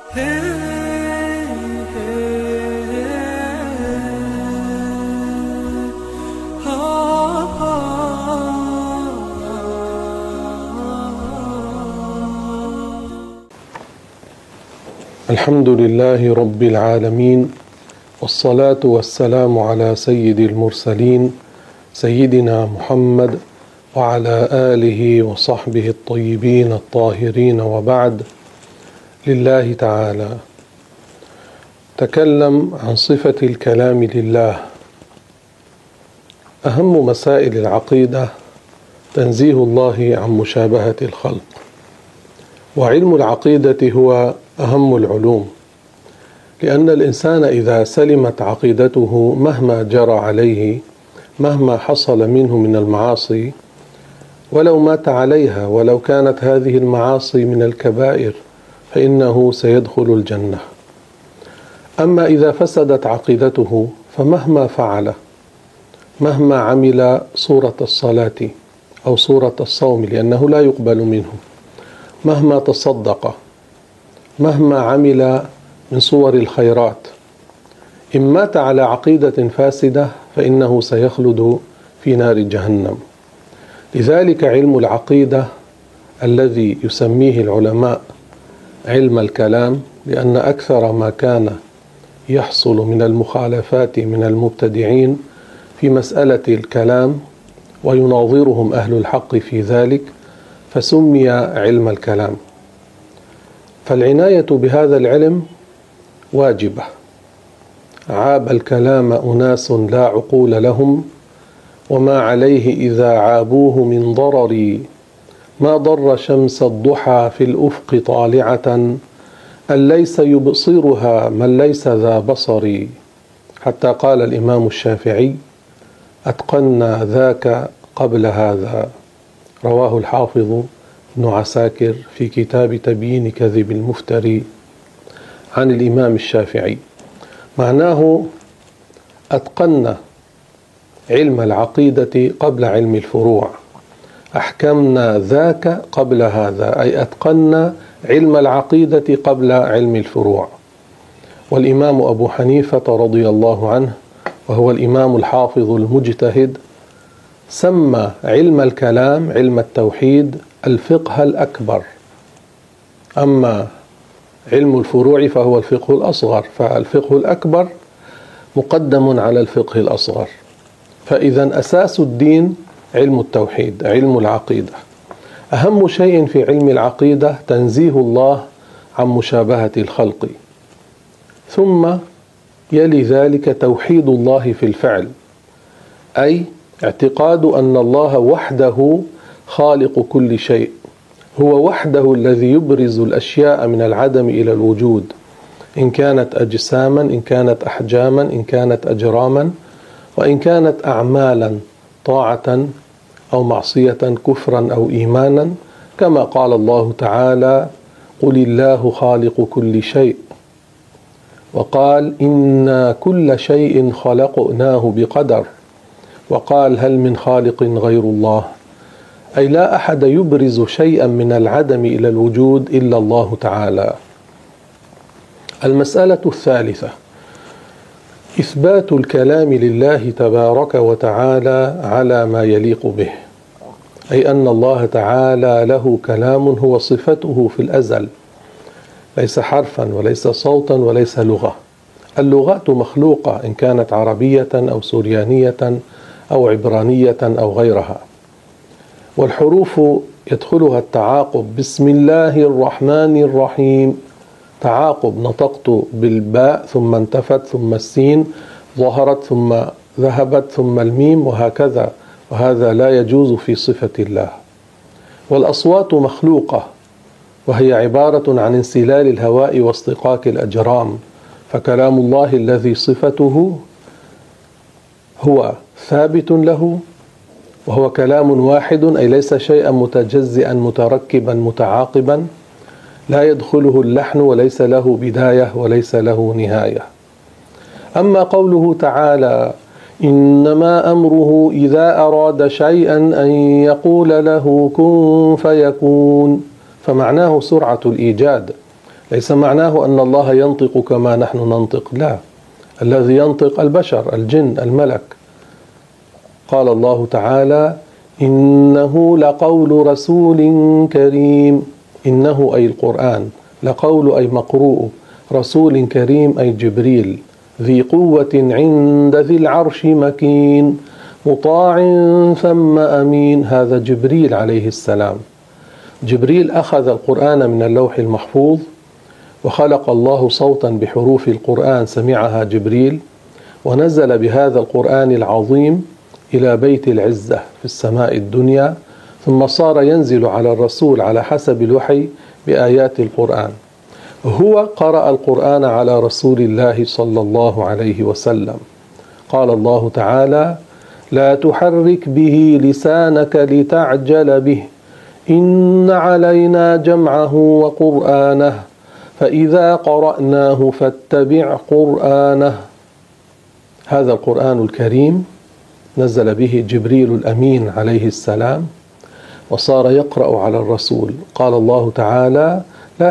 الحمد لله رب العالمين، والصلاة والسلام على سيد المرسلين سيدنا محمد وعلى آله وصحبه الطيبين الطاهرين، وبعد. لله تعالى. تكلم عن صفة الكلام لله. أهم مسائل العقيدة تنزيه الله عن مشابهة الخلق، وعلم العقيدة هو أهم العلوم، لأن الإنسان إذا سلمت عقيدته مهما جرى عليه، مهما حصل منه من المعاصي، ولو مات عليها، ولو كانت هذه المعاصي من الكبائر، فإنه سيدخل الجنة. أما إذا فسدت عقيدته فمهما فعل، مهما عمل صورة الصلاة أو صورة الصوم، لأنه لا يقبل منه، مهما تصدق، مهما عمل من صور الخيرات، إن مات على عقيدة فاسدة فإنه سيخلد في نار جهنم. لذلك علم العقيدة الذي يسميه العلماء علم الكلام، لأن أكثر ما كان يحصل من المخالفات من المبتدعين في مسألة الكلام، ويناظرهم أهل الحق في ذلك، فسمي علم الكلام. فالعناية بهذا العلم واجبة. عاب الكلام أناس لا عقول لهم، وما عليه إذا عابوه من ضرر، ما ضر شمس الضحى في الأفق طالعة، أن ليس يبصرها من ليس ذا بصر. حتى قال الإمام الشافعي: أتقنا ذاك قبل هذا. رواه الحافظ ابن عساكر في كتاب تبيين كذب المفتري عن الإمام الشافعي. معناه أتقنا علم العقيدة قبل علم الفروع، أحكمنا ذاك قبل هذا، أي أتقنا علم العقيدة قبل علم الفروع. والإمام أبو حنيفة رضي الله عنه، وهو الإمام الحافظ المجتهد، سمى علم الكلام، علم التوحيد، الفقه الأكبر. أما علم الفروع فهو الفقه الأصغر، فالفقه الأكبر مقدم على الفقه الأصغر. فإذا أساس الدين علم التوحيد، علم العقيدة. أهم شيء في علم العقيدة تنزيه الله عن مشابهة الخلق، ثم يلي ذلك توحيد الله في الفعل، أي اعتقاد أن الله وحده خالق كل شيء، هو وحده الذي يبرز الأشياء من العدم إلى الوجود، إن كانت أجساما، إن كانت أحجاما، إن كانت أجراما، وإن كانت أعمالا طاعة أو معصية، كفرا أو إيمانا، كما قال الله تعالى: قل الله خالق كل شيء. وقال: إنا كل شيء خلقناه بقدر. وقال: هل من خالق غير الله؟ أي لا أحد يبرز شيئا من العدم إلى الوجود إلا الله تعالى. المسألة الثالثة: إثبات الكلام لله تبارك وتعالى على ما يليق به، أي أن الله تعالى له كلام هو صفته في الأزل، ليس حرفا وليس صوتا وليس لغة. اللغات مخلوقة، إن كانت عربية أو سوريانية أو عبرانية أو غيرها، والحروف يدخلها التعاقب. بسم الله الرحمن الرحيم، تعاقب، نطقت بالباء ثم انتفت، ثم السين ظهرت ثم ذهبت، ثم الميم، وهكذا، وهذا لا يجوز في صفة الله. والأصوات مخلوقة، وهي عبارة عن انسلال الهواء واصطقاق الأجرام، فكلام الله الذي صفته هو ثابت له، وهو كلام واحد، أي ليس شيئا متجزئا متركبا متعاقبا، لا يدخله اللحن، وليس له بداية وليس له نهاية. أما قوله تعالى: إنما أمره إذا أراد شيئا أن يقول له كن فيكون، فمعناه سرعة الإيجاد، ليس معناه أن الله ينطق كما نحن ننطق، لا، الذي ينطق البشر، الجن، الملك. قال الله تعالى: إنه لقول رسول كريم. إنه أي القرآن، لقول أي مقروء، رسول كريم أي جبريل، ذي قوة عند ذي العرش مكين، مطاع ثم أمين. هذا جبريل عليه السلام. جبريل أخذ القرآن من اللوح المحفوظ، وخلق الله صوتا بحروف القرآن سمعها جبريل، ونزل بهذا القرآن العظيم إلى بيت العزة في السماء الدنيا، ثم صار ينزل على الرسول على حسب الوحي بآيات القرآن. هو قرأ القرآن على رسول الله صلى الله عليه وسلم. قال الله تعالى: لا تحرك به لسانك لتعجل به، إن علينا جمعه وقرآنه، فإذا قرأناه فاتبع قرآنه. هذا القرآن الكريم نزل به جبريل الأمين عليه السلام، وصار يقرأ على الرسول. قال الله تعالى: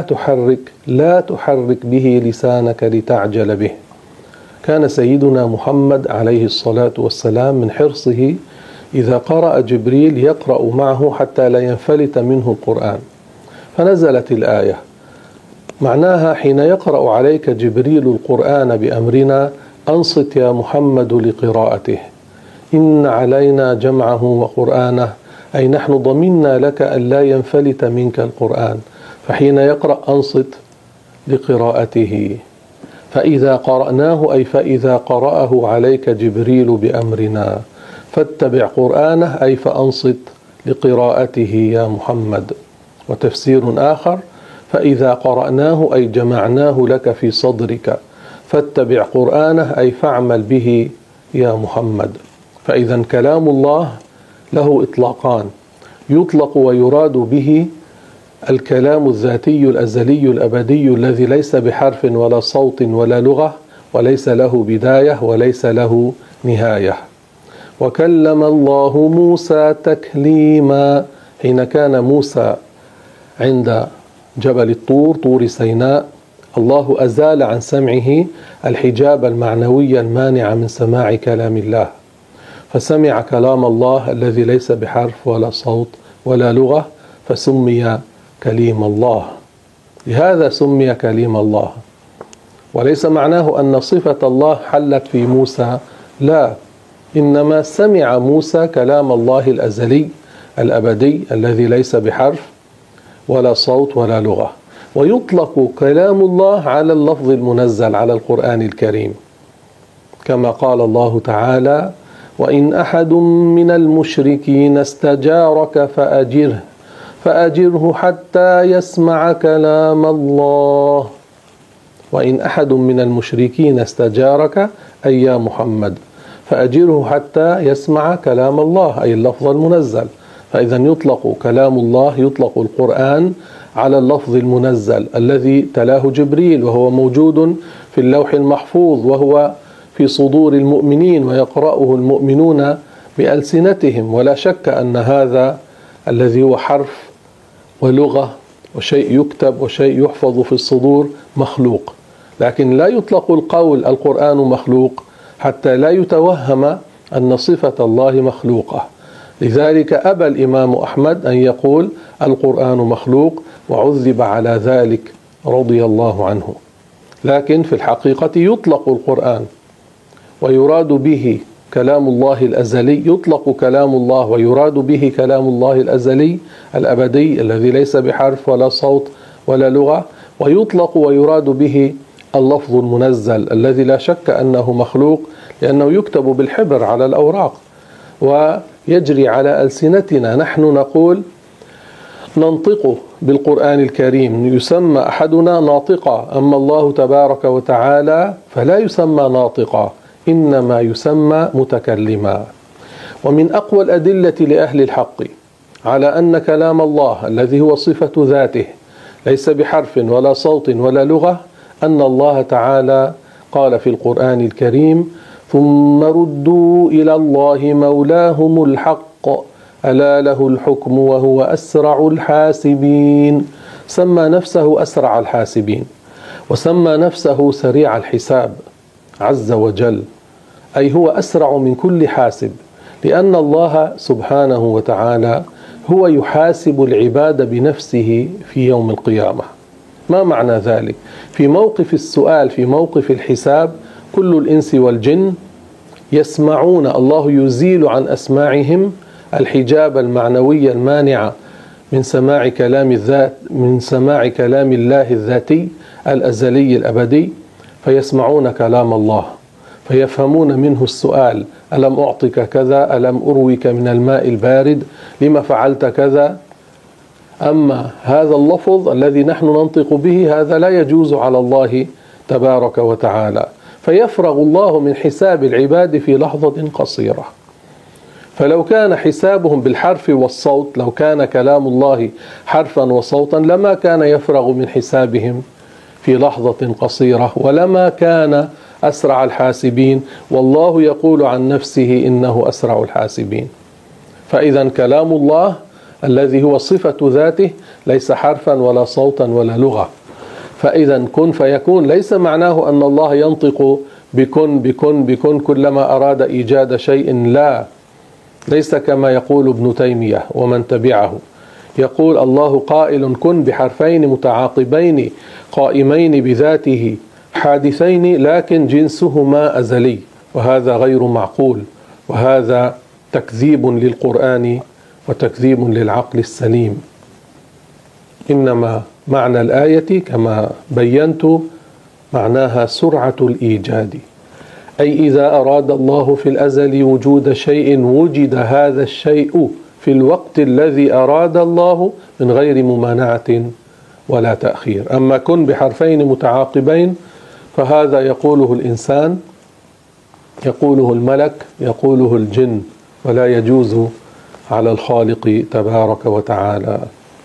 لا تحرك به لسانك لتعجل به. كان سيدنا محمد عليه الصلاة والسلام من حرصه إذا قرأ جبريل يقرأ معه حتى لا ينفلت منه القرآن، فنزلت الآية معناها: حين يقرأ عليك جبريل القرآن بأمرنا أنصت يا محمد لقراءته، إن علينا جمعه وقرآنه، أي نحن ضمنا لك أن لا ينفلت منك القرآن، فحين يقرأ أنصت لقراءته. فإذا قرأناه أي فإذا قرأه عليك جبريل بأمرنا، فاتبع قرآنه أي فأنصت لقراءته يا محمد. وتفسير آخر: فإذا قرأناه أي جمعناه لك في صدرك، فاتبع قرآنه أي فاعمل به يا محمد. فإذا كلام الله له إطلاقان: يطلق ويراد به الكلام الذاتي الأزلي الأبدي الذي ليس بحرف ولا صوت ولا لغة، وليس له بداية وليس له نهاية. وكلم الله موسى تكليما، حين كان موسى عند جبل الطور، طور سيناء، الله أزال عن سمعه الحجاب المعنوي المانع من سماع كلام الله، فسمع كلام الله الذي ليس بحرف ولا صوت ولا لغة، فسمي كليم الله. لهذا سمي كليم الله. وليس معناه أن صفة الله حلت في موسى، لا، إنما سمع موسى كلام الله الأزلي الأبدي الذي ليس بحرف ولا صوت ولا لغة. ويطلق كلام الله على اللفظ المنزل على القرآن الكريم، كما قال الله تعالى: وإن أحد من المشركين استجارك فأجره حتى يسمع كلام الله. وإن أحد من المشركين استجارك أي يا محمد، فأجره حتى يسمع كلام الله أي اللفظ المنزل. فإذا يطلق كلام الله، يطلق القرآن على اللفظ المنزل الذي تلاه جبريل، وهو موجود في اللوح المحفوظ، وهو في صدور المؤمنين، ويقرأه المؤمنون بألسنتهم. ولا شك أن هذا الذي هو حرف ولغة وشيء يكتب وشيء يحفظ في الصدور مخلوق، لكن لا يطلق القول القرآن مخلوق حتى لا يتوهم أن صفة الله مخلوقة. لذلك أبى الإمام أحمد أن يقول القرآن مخلوق، وعذب على ذلك رضي الله عنه. لكن في الحقيقة يطلق القرآن ويراد به كلام الله الأزلي، يطلق كلام الله ويراد به كلام الله الأزلي الأبدي الذي ليس بحرف ولا صوت ولا لغة، ويطلق ويراد به اللفظ المنزل الذي لا شك أنه مخلوق، لأنه يكتب بالحبر على الأوراق ويجري على ألسنتنا. نحن نقول ننطق بالقرآن الكريم، يسمى أحدنا ناطقا، أما الله تبارك وتعالى فلا يسمى ناطقا، إنما يسمى متكلما. ومن أقوى الأدلة لأهل الحق على أن كلام الله الذي هو صفة ذاته ليس بحرف ولا صوت ولا لغة أن الله تعالى قال في القرآن الكريم: ثم ردوا إلى الله مولاهم الحق ألا له الحكم وهو أسرع الحاسبين. سمى نفسه أسرع الحاسبين. وسمى نفسه سريع الحساب عز وجل، أي هو أسرع من كل حاسب، لأن الله سبحانه وتعالى هو يحاسب العباد بنفسه في يوم القيامة. ما معنى ذلك؟ في موقف السؤال، في موقف الحساب، كل الإنس والجن يسمعون، الله يزيل عن أسماعهم الحجاب المعنوي المانع من سماع كلام الذات، من سماع كلام الله الذاتي الأزلي الأبدي، فيسمعون كلام الله فيفهمون منه السؤال: ألم أعطك كذا؟ ألم أرويك من الماء البارد؟ لما فعلت كذا؟ أما هذا اللفظ الذي نحن ننطق به هذا لا يجوز على الله تبارك وتعالى، فيفرغ الله من حساب العباد في لحظة قصيرة. فلو كان حسابهم بالحرف والصوت، لو كان كلام الله حرفا وصوتا، لما كان يفرغ من حسابهم في لحظة قصيرة، ولما كان أسرع الحاسبين، والله يقول عن نفسه إنه أسرع الحاسبين. فإذا كلام الله الذي هو صفة ذاته ليس حرفا ولا صوتا ولا لغة. فإذا كن فيكون ليس معناه أن الله ينطق بكن بكن بكن كلما أراد إيجاد شيء، لا، ليس كما يقول ابن تيمية ومن تبعه، يقول الله قائل كن بحرفين متعاقبين قائمين بذاته حادثين لكن جنسهما أزلي، وهذا غير معقول، وهذا تكذيب للقرآن وتكذيب للعقل السليم. إنما معنى الآية كما بينت معناها سرعة الإيجاد، أي إذا أراد الله في الأزل وجود شيء وجد هذا الشيء في الوقت الذي أراد الله من غير ممانعة ولا تأخير. أما كن بحرفين متعاقبين فهذا يقوله الإنسان، يقوله الملك، يقوله الجن، ولا يجوز على الخالق تبارك وتعالى.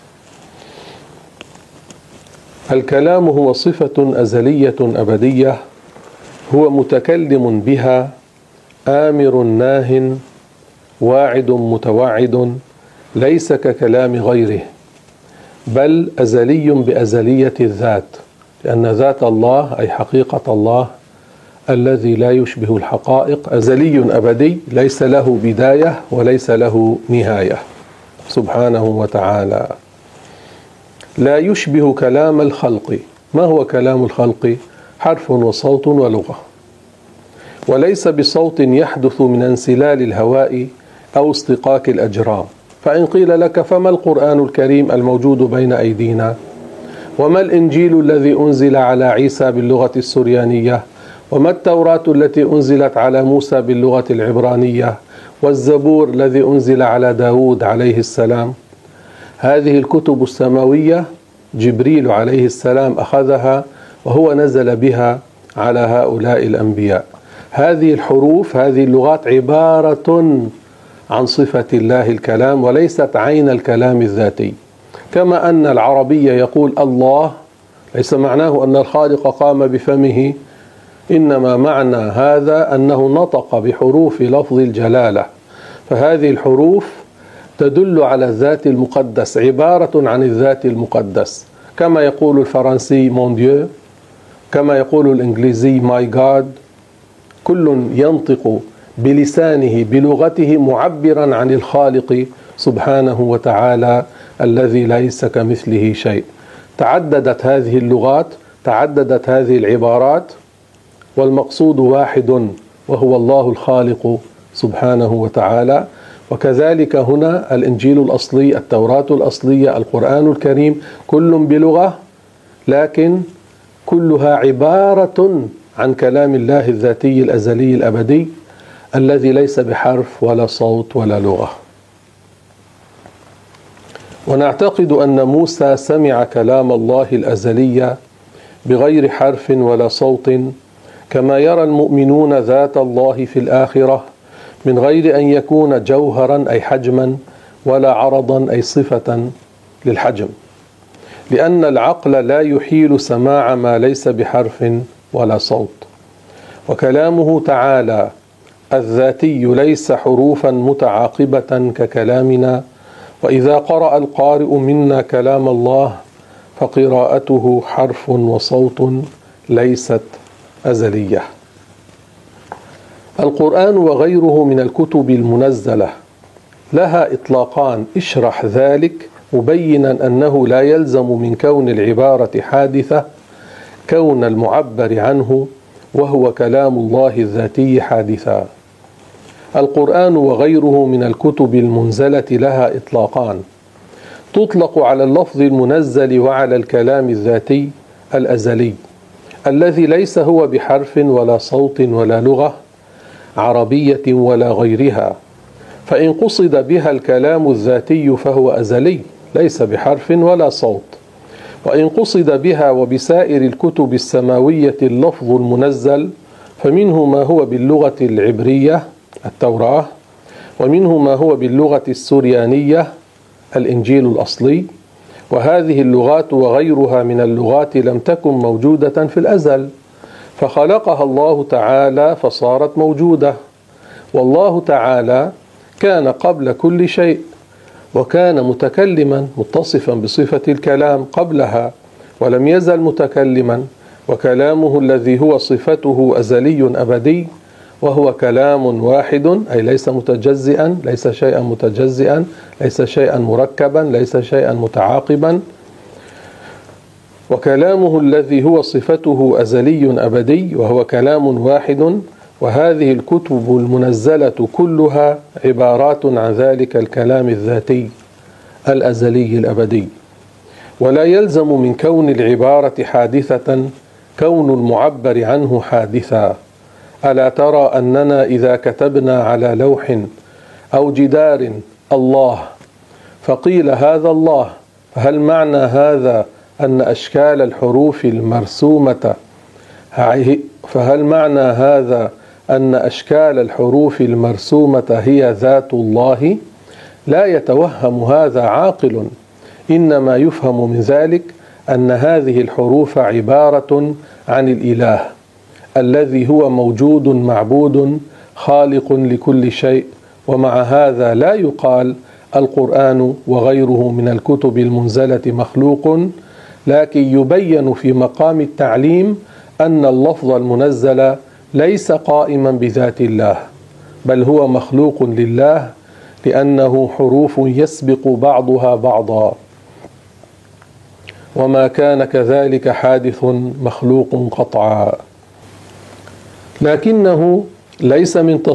الكلام هو صفة أزلية أبدية، هو متكلم بها، آمر ناه، واعد متوعد، ليس ككلام غيره، بل أزلي بأزلية الذات، لأن ذات الله أي حقيقة الله الذي لا يشبه الحقائق أزلي أبدي، ليس له بداية وليس له نهاية سبحانه وتعالى. لا يشبه كلام الخلق. ما هو كلام الخلق؟ حرف وصوت ولغة، وليس بصوت يحدث من انسلال الهواء أو اصطقاك الأجرام. فإن قيل لك فما القرآن الكريم الموجود بين أيدينا؟ وما الإنجيل الذي أنزل على عيسى باللغة السريانية؟ وما التوراة التي أنزلت على موسى باللغة العبرانية؟ والزبور الذي أنزل على داود عليه السلام؟ هذه الكتب السماوية جبريل عليه السلام أخذها وهو نزل بها على هؤلاء الأنبياء. هذه الحروف، هذه اللغات عبارة عن صفة الله الكلام، وليست عين الكلام الذاتي. كما أن العربي يقول الله، ليس معناه أن الخالق قام بفمه، إنما معنى هذا أنه نطق بحروف لفظ الجلالة. فهذه الحروف تدل على الذات المقدس، عبارة عن الذات المقدس، كما يقول الفرنسي mon Dieu، كما يقول الإنجليزي my God. كل ينطق بلسانه بلغته معبرا عن الخالق سبحانه وتعالى الذي ليس كمثله شيء. تعددت هذه اللغات، تعددت هذه العبارات، والمقصود واحد وهو الله الخالق سبحانه وتعالى. وكذلك هنا الإنجيل الأصلي، التوراة الأصلية، القرآن الكريم، كل بلغة، لكن كلها عبارة عن كلام الله الذاتي الأزلي الأبدي الذي ليس بحرف ولا صوت ولا لغة. ونعتقد أن موسى سمع كلام الله الأزلي بغير حرف ولا صوت، كما يرى المؤمنون ذات الله في الآخرة من غير أن يكون جوهرا أي حجما ولا عرضا أي صفة للحجم، لأن العقل لا يحيل سماع ما ليس بحرف ولا صوت. وكلامه تعالى الذاتي ليس حروفا متعاقبة ككلامنا، وإذا قرأ القارئ منا كلام الله فقراءته حرف وصوت ليست أزلية. القرآن وغيره من الكتب المنزلة لها إطلاقان، اشرح ذلك مبينا أنه لا يلزم من كون العبارة حادثة كون المعبر عنه وهو كلام الله الذاتي حادثا. القرآن وغيره من الكتب المنزلة لها إطلاقان، تطلق على اللفظ المنزل وعلى الكلام الذاتي الأزلي الذي ليس هو بحرف ولا صوت ولا لغة عربية ولا غيرها، فإن قصد بها الكلام الذاتي فهو أزلي ليس بحرف ولا صوت، وإن قصد بها وبسائر الكتب السماوية اللفظ المنزل فمنه ما هو باللغة العبرية التوراة، ومنه ما هو باللغة السريانية الإنجيل الأصلي، وهذه اللغات وغيرها من اللغات لم تكن موجودة في الأزل فخلقها الله تعالى فصارت موجودة، والله تعالى كان قبل كل شيء وكان متكلما متصفا بصفة الكلام قبلها ولم يزل متكلما، وكلامه الذي هو صفته أزلي أبدي وهو كلام واحد أي ليس متجزئا، ليس شيئا متجزئا، ليس شيئا مركبا، ليس شيئا متعاقبا، وكلامه الذي هو صفته أزلي أبدي وهو كلام واحد. وهذه الكتب المنزلة كلها عبارات عن ذلك الكلام الذاتي الأزلي الأبدي، ولا يلزم من كون العبارة حادثة كون المعبر عنه حادثا. ألا ترى أننا إذا كتبنا على لوح أو جدار الله فقيل هذا الله، فهل معنى هذا أن أشكال الحروف المرسومة هي ذات الله؟ لا يتوهم هذا عاقل، إنما يفهم من ذلك أن هذه الحروف عبارة عن الإله الذي هو موجود معبود خالق لكل شيء. ومع هذا لا يقال القرآن وغيره من الكتب المنزلة مخلوق، لكن يبين في مقام التعليم أن اللفظ المنزل ليس قائما بذات الله بل هو مخلوق لله، لأنه حروف يسبق بعضها بعضا، وما كان كذلك حادث مخلوق قطعا. لكنه ليس من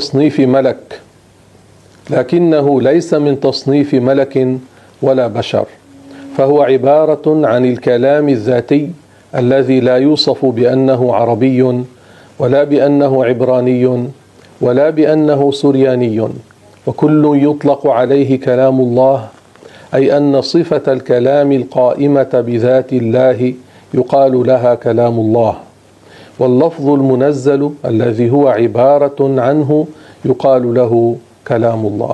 تصنيف ملك ولا بشر، فهو عبارة عن الكلام الذاتي الذي لا يوصف بأنه عربي ولا بأنه عبراني ولا بأنه سرياني، وكل يطلق عليه كلام الله، أي أن صفة الكلام القائمة بذات الله يقال لها كلام الله، واللفظ المنزل الذي هو عبارة عنه يقال له كلام الله.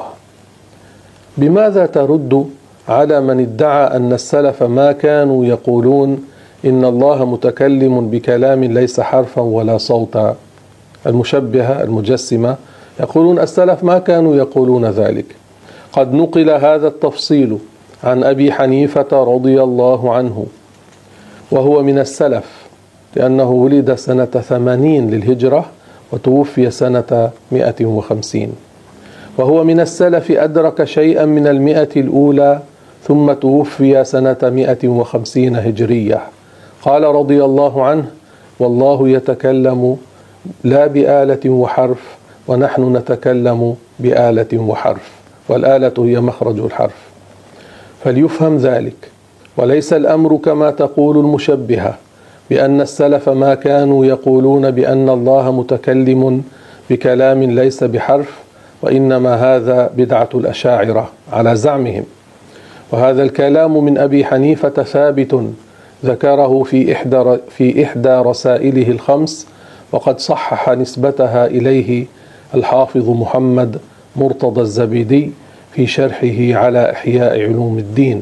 بماذا ترد على من ادعى أن السلف ما كانوا يقولون إن الله متكلم بكلام ليس حرفا ولا صوتا؟ المشبهة المجسمة يقولون السلف ما كانوا يقولون ذلك. قد نقل هذا التفصيل عن أبي حنيفة رضي الله عنه، وهو من السلف لأنه ولد سنة 80 للهجرة وتوفي سنة 150، وهو من السلف أدرك شيئا من 100 الأولى ثم توفي سنة 150 هجرية. قال رضي الله عنه: والله يتكلم لا بآلة وحرف ونحن نتكلم بآلة وحرف، والآلة هي مخرج الحرف. فليفهم ذلك، وليس الأمر كما تقول المشبهة بأن السلف ما كانوا يقولون بأن الله متكلم بكلام ليس بحرف، وإنما هذا بدعة الأشاعرة على زعمهم. وهذا الكلام من أبي حنيفة ثابت ذكره في إحدى رسائله الخمس، وقد صحح نسبتها إليه الحافظ محمد مرتضى الزبيدي في شرحه على إحياء علوم الدين.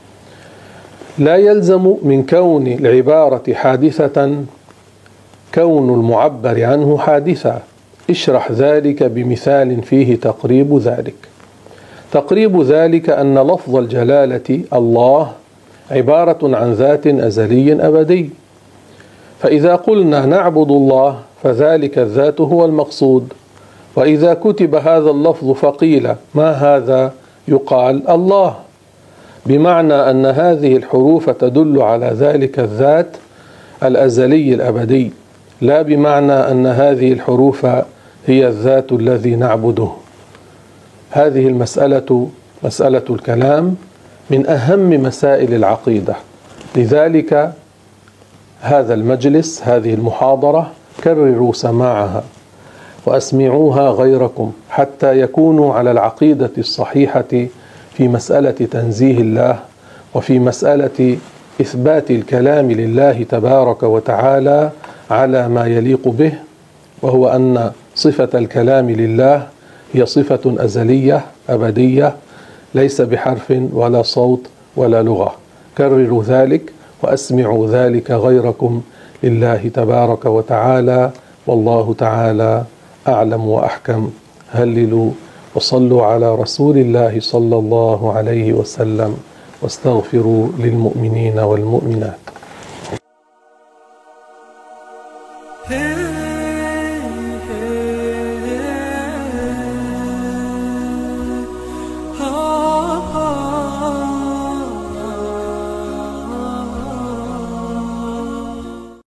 لا يلزم من كون العبارة حادثة كون المعبر عنه حادثا. اشرح ذلك بمثال فيه تقريب ذلك. تقريب ذلك أن لفظ الجلالة الله عبارة عن ذات أزلي أبدي. فإذا قلنا نعبد الله فذلك الذات هو المقصود، وإذا كتب هذا اللفظ فقيل ما هذا؟ يقال الله، بمعنى أن هذه الحروف تدل على ذلك الذات الأزلي الأبدي، لا بمعنى أن هذه الحروف هي الذات الذي نعبده. هذه المسألة، مسألة الكلام، من أهم مسائل العقيدة. لذلك هذا المجلس، هذه المحاضرة، كرروا سماعها وأسمعوها غيركم حتى يكونوا على العقيدة الصحيحة في مسألة تنزيه الله، وفي مسألة إثبات الكلام لله تبارك وتعالى على ما يليق به، وهو أن صفة الكلام لله هي صفة أزلية أبدية، ليس بحرف ولا صوت ولا لغة. كرروا ذلك وأسمعوا ذلك غيركم لله تبارك وتعالى، والله تعالى أعلم وأحكم. هللوا وصلوا على رسول الله صلى الله عليه وسلم، واستغفروا للمؤمنين والمؤمنات.